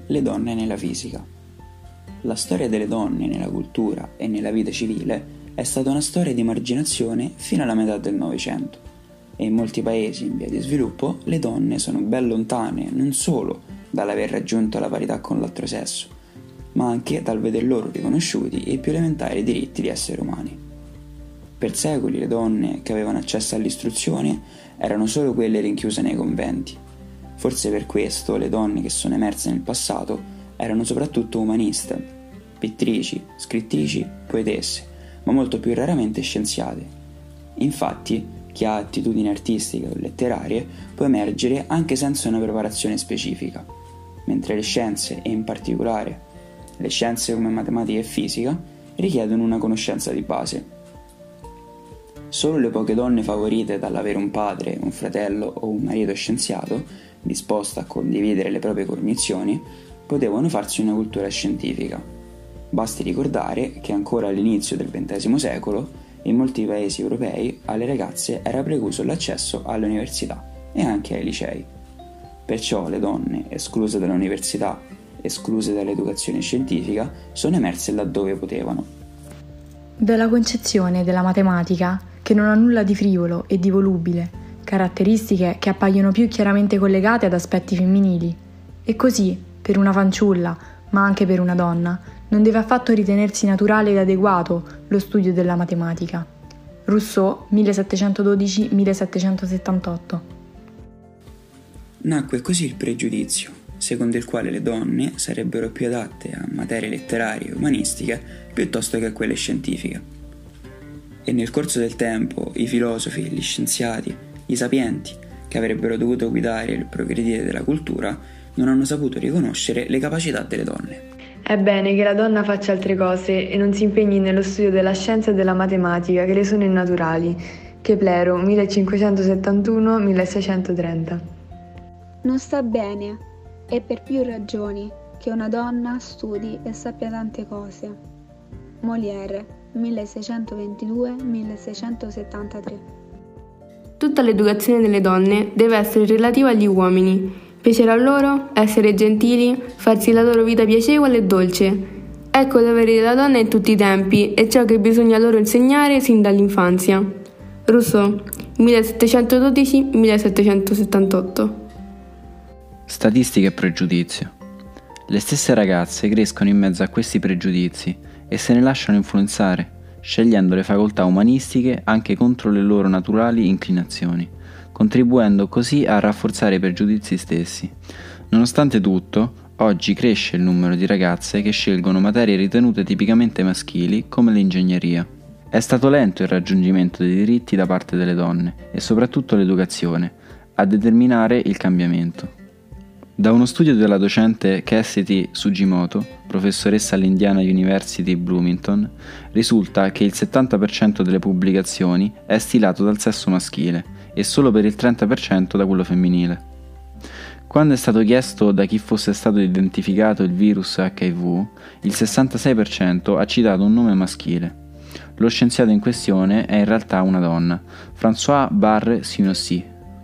le donne nella fisica. La storia delle donne nella cultura e nella vita civile è stata una storia di emarginazione fino alla metà del Novecento e in molti paesi in via di sviluppo le donne sono ben lontane non solo dall'aver raggiunto la parità con l'altro sesso, ma anche dal veder loro riconosciuti i più elementari diritti di esseri umani. Per secoli le donne che avevano accesso all'istruzione erano solo quelle rinchiuse nei conventi. Forse per questo le donne che sono emerse nel passato erano soprattutto umaniste, pittrici, scrittrici, poetesse, ma molto più raramente scienziate. Infatti, chi ha attitudini artistiche o letterarie può emergere anche senza una preparazione specifica, mentre le scienze, e in particolare le scienze come matematica e fisica, richiedono una conoscenza di base. Solo le poche donne favorite dall'avere un padre, un fratello o un marito scienziato, disposto a condividere le proprie cognizioni, potevano farsi una cultura scientifica. Basti ricordare che ancora all'inizio del XX secolo, in molti paesi europei, alle ragazze era precluso l'accesso alle università e anche ai licei. Perciò le donne, escluse dall'università, escluse dall'educazione scientifica, sono emerse laddove potevano. Dalla concezione della matematica, che non ha nulla di frivolo e di volubile, caratteristiche che appaiono più chiaramente collegate ad aspetti femminili. E così, per una fanciulla, ma anche per una donna, non deve affatto ritenersi naturale ed adeguato lo studio della matematica. Rousseau, 1712-1778. Nacque così il pregiudizio, secondo il quale le donne sarebbero più adatte a materie letterarie e umanistiche piuttosto che a quelle scientifiche. E nel corso del tempo i filosofi, gli scienziati, i sapienti, che avrebbero dovuto guidare il progredire della cultura, non hanno saputo riconoscere le capacità delle donne. È bene che la donna faccia altre cose e non si impegni nello studio della scienza e della matematica, che le sono innaturali. Keplero, 1571-1630. Non sta bene, e per più ragioni, che una donna studi e sappia tante cose. Molière, 1622-1673. Tutta l'educazione delle donne deve essere relativa agli uomini. Piacere a loro, essere gentili, farsi la loro vita piacevole e dolce. Ecco il dovere della donna in tutti i tempi e ciò che bisogna loro insegnare sin dall'infanzia. Rousseau, 1712-1778. Statistica e pregiudizio. Le stesse ragazze crescono in mezzo a questi pregiudizi e se ne lasciano influenzare, scegliendo le facoltà umanistiche anche contro le loro naturali inclinazioni, contribuendo così a rafforzare i pregiudizi stessi. Nonostante tutto, oggi cresce il numero di ragazze che scelgono materie ritenute tipicamente maschili come l'ingegneria. È stato lento il raggiungimento dei diritti da parte delle donne e soprattutto l'educazione a determinare il cambiamento. Da uno studio della docente Cassidy Sugimoto, professoressa all'Indiana University Bloomington, risulta che il 70% delle pubblicazioni è stilato dal sesso maschile e solo per il 30% da quello femminile. Quando è stato chiesto da chi fosse stato identificato il virus HIV, il 66% ha citato un nome maschile. Lo scienziato in questione è in realtà una donna, Françoise Barré-Sinoussi.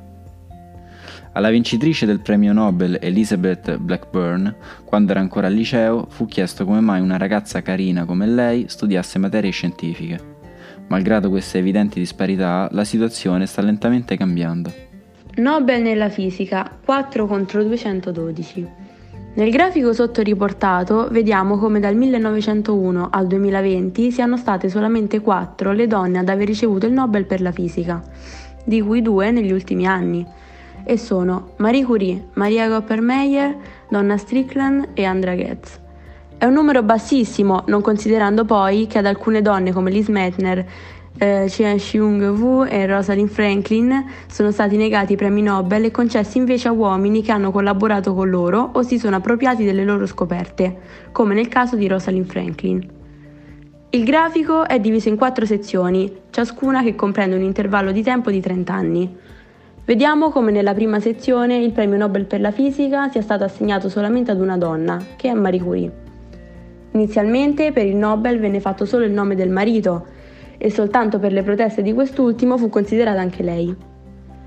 Alla vincitrice del premio Nobel Elizabeth Blackburn, quando era ancora al liceo, fu chiesto come mai una ragazza carina come lei studiasse materie scientifiche. Malgrado queste evidenti disparità, la situazione sta lentamente cambiando. Nobel nella fisica, 4 contro 212. Nel grafico sotto riportato vediamo come dal 1901 al 2020 siano state solamente 4 le donne ad aver ricevuto il Nobel per la fisica, di cui 2 negli ultimi anni. E sono Marie Curie, Maria Coppermeyer, Donna Strickland e Andra Goetz. È un numero bassissimo, non considerando poi che ad alcune donne come Liz Meitner, Chien-Shiung Wu e Rosalind Franklin sono stati negati i premi Nobel e concessi invece a uomini che hanno collaborato con loro o si sono appropriati delle loro scoperte, come nel caso di Rosalind Franklin. Il grafico è diviso in 4 sezioni, ciascuna che comprende un intervallo di tempo di 30 anni. Vediamo come nella prima sezione il premio Nobel per la fisica sia stato assegnato solamente ad una donna, che è Marie Curie. Inizialmente per il Nobel venne fatto solo il nome del marito e soltanto per le proteste di quest'ultimo fu considerata anche lei.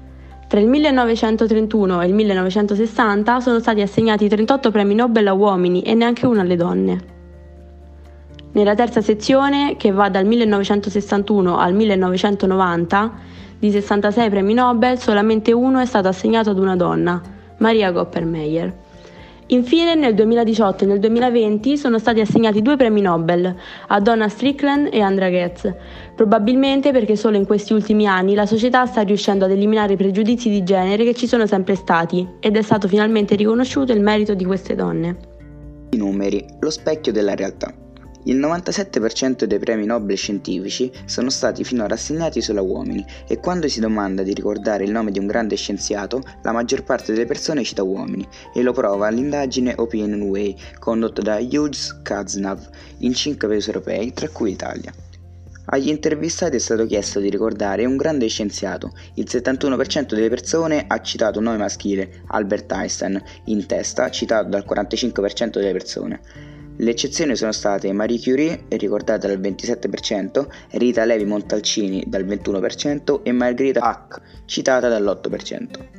Tra il 1931 e il 1960 sono stati assegnati 38 premi Nobel a uomini e neanche uno alle donne. Nella terza sezione, che va dal 1961 al 1990, di 66 premi Nobel solamente uno è stato assegnato ad una donna, Maria Gopper-Meyer. Infine, nel 2018 e nel 2020 sono stati assegnati 2 premi Nobel a Donna Strickland e Andrea Ghez, probabilmente perché solo in questi ultimi anni la società sta riuscendo ad eliminare i pregiudizi di genere che ci sono sempre stati ed è stato finalmente riconosciuto il merito di queste donne. I numeri, lo specchio della realtà. Il 97% dei premi Nobel scientifici sono stati finora assegnati solo a uomini e quando si domanda di ricordare il nome di un grande scienziato, la maggior parte delle persone cita uomini e lo prova l'indagine Opinion Way condotta da Hughes Kaznav in 5 paesi europei, tra cui Italia. Agli intervistati è stato chiesto di ricordare un grande scienziato. Il 71% delle persone ha citato un nome maschile, Albert Einstein, in testa, citato dal 45% delle persone. Le eccezioni sono state Marie Curie, ricordata dal 27%, Rita Levi Montalcini dal 21% e Margherita Hack, citata dall'8%.